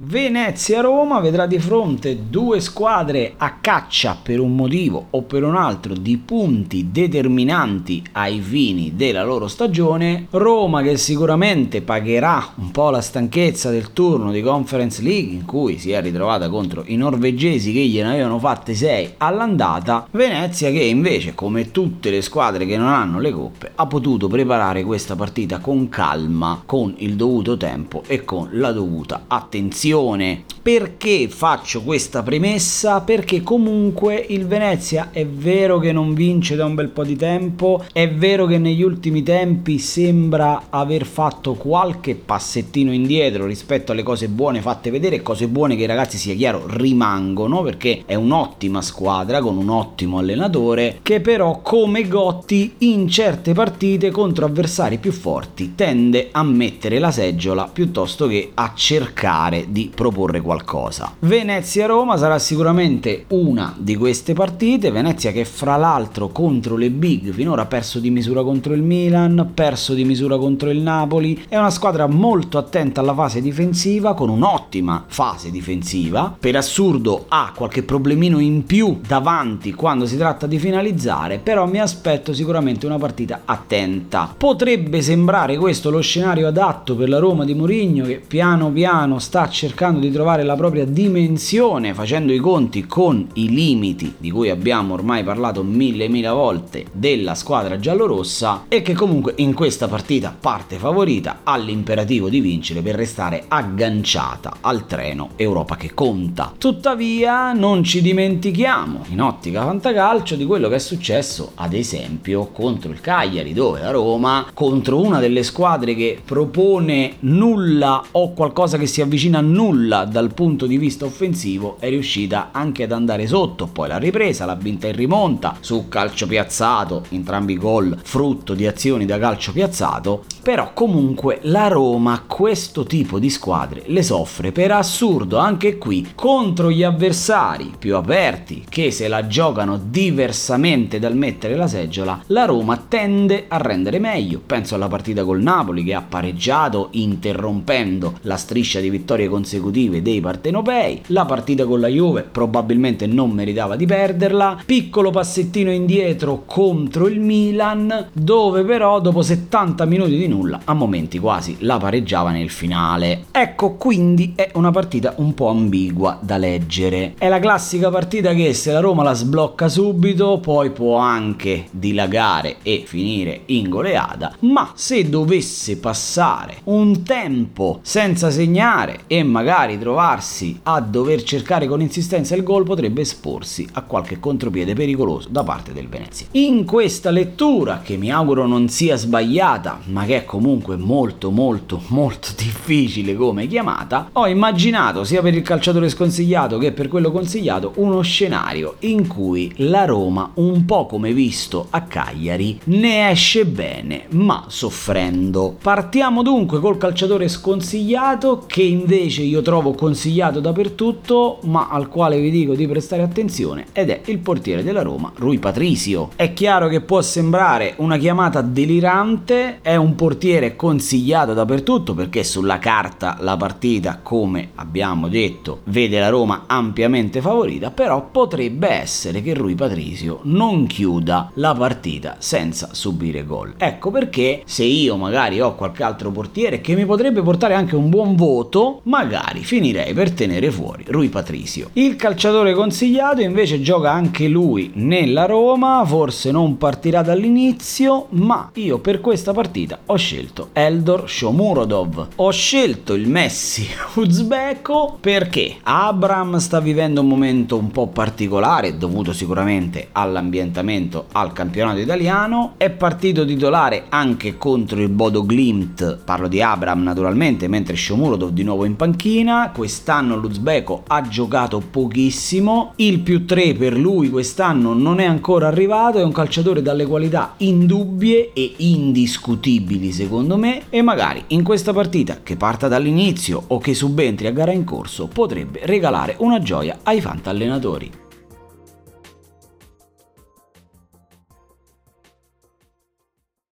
Venezia-Roma vedrà di fronte due squadre a caccia per un motivo o per un altro di punti determinanti ai fini della loro stagione. Roma che sicuramente pagherà un po' la stanchezza del turno di Conference League in cui si è ritrovata contro i norvegesi che gliene avevano fatte 6 all'andata. Venezia che invece, come tutte le squadre che non hanno le coppe, ha potuto preparare questa partita con calma, con il dovuto tempo e con la dovuta attenzione. Perché faccio questa premessa? Perché comunque il Venezia è vero che non vince da un bel po' di tempo, è vero che negli ultimi tempi sembra aver fatto qualche passettino indietro rispetto alle cose buone fatte vedere, cose buone che, ragazzi, sia chiaro, rimangono, perché è un'ottima squadra con un ottimo allenatore che però, come Gotti, in certe partite contro avversari più forti tende a mettere la seggiola piuttosto che a cercare di proporre qualcosa. Venezia-Roma sarà sicuramente una di queste partite. Venezia che fra l'altro contro le big finora ha perso di misura contro il Milan, perso di misura contro il Napoli, è una squadra molto attenta alla fase difensiva, con un'ottima fase difensiva, per assurdo ha qualche problemino in più davanti quando si tratta di finalizzare, però mi aspetto sicuramente una partita attenta. Potrebbe sembrare questo lo scenario adatto per la Roma di Mourinho, che piano piano sta cercando di trovare la propria dimensione, facendo i conti con i limiti di cui abbiamo ormai parlato mille volte della squadra giallorossa, e che comunque in questa partita parte favorita, ha l'imperativo di vincere per restare agganciata al treno Europa che conta. Tuttavia non ci dimentichiamo in ottica fantacalcio di quello che è successo ad esempio contro il Cagliari, dove la Roma, contro una delle squadre che propone nulla o qualcosa che si avvicina a nulla dal punto di vista offensivo, è riuscita anche ad andare sotto, poi l'ha ripresa, l'ha vinta in rimonta su calcio piazzato, entrambi i gol frutto di azioni da calcio piazzato. Però comunque la Roma questo tipo di squadre le soffre per assurdo, anche qui contro gli avversari più aperti che se la giocano diversamente dal mettere la seggiola. La Roma tende a rendere meglio, penso alla partita col Napoli che ha pareggiato interrompendo la striscia di vittorie consecutive dei partenopei, la partita con la Juve probabilmente non meritava di perderla, piccolo passettino indietro contro il Milan, dove però dopo 70 minuti di nulla a momenti quasi la pareggiava nel finale. Ecco, quindi è una partita un po' ambigua da leggere, è la classica partita che se la Roma la sblocca subito poi può anche dilagare e finire in goleada, ma se dovesse passare un tempo senza segnare e magari trovarsi a dover cercare con insistenza il gol, potrebbe esporsi a qualche contropiede pericoloso da parte del Venezia. In questa lettura, che mi auguro non sia sbagliata ma che è comunque molto difficile come chiamata, ho immaginato sia per il calciatore sconsigliato che per quello consigliato uno scenario in cui la Roma, un po' come visto a Cagliari, ne esce bene ma soffrendo. Partiamo dunque col calciatore sconsigliato, che invece io trovo consigliato dappertutto ma al quale vi dico di prestare attenzione, ed è il portiere della Roma, Rui Patricio. È chiaro che può sembrare una chiamata delirante, è un portiere consigliato dappertutto perché sulla carta la partita, come abbiamo detto, vede la Roma ampiamente favorita, però potrebbe essere che Rui Patricio non chiuda la partita senza subire gol. Ecco perché se io magari ho qualche altro portiere che mi potrebbe portare anche un buon voto, magari finirei per tenere fuori Rui Patricio. Il calciatore consigliato invece gioca anche lui nella Roma, forse non partirà dall'inizio, ma io per questa partita ho scelto Eldor Shomurodov. Ho scelto il Messi uzbeko perché Abraham sta vivendo un momento un po' particolare, dovuto sicuramente all'ambientamento al campionato italiano, è partito titolare anche contro il Bodo Glimt, parlo di Abraham naturalmente, mentre Shomurodov di nuovo in panchina. Quest'anno l'uzbeko ha giocato pochissimo, il +3 per lui quest'anno non è ancora arrivato, è un calciatore dalle qualità indubbie e indiscutibili secondo me, e magari in questa partita, che parta dall'inizio o che subentri a gara in corso, potrebbe regalare una gioia ai fantallenatori.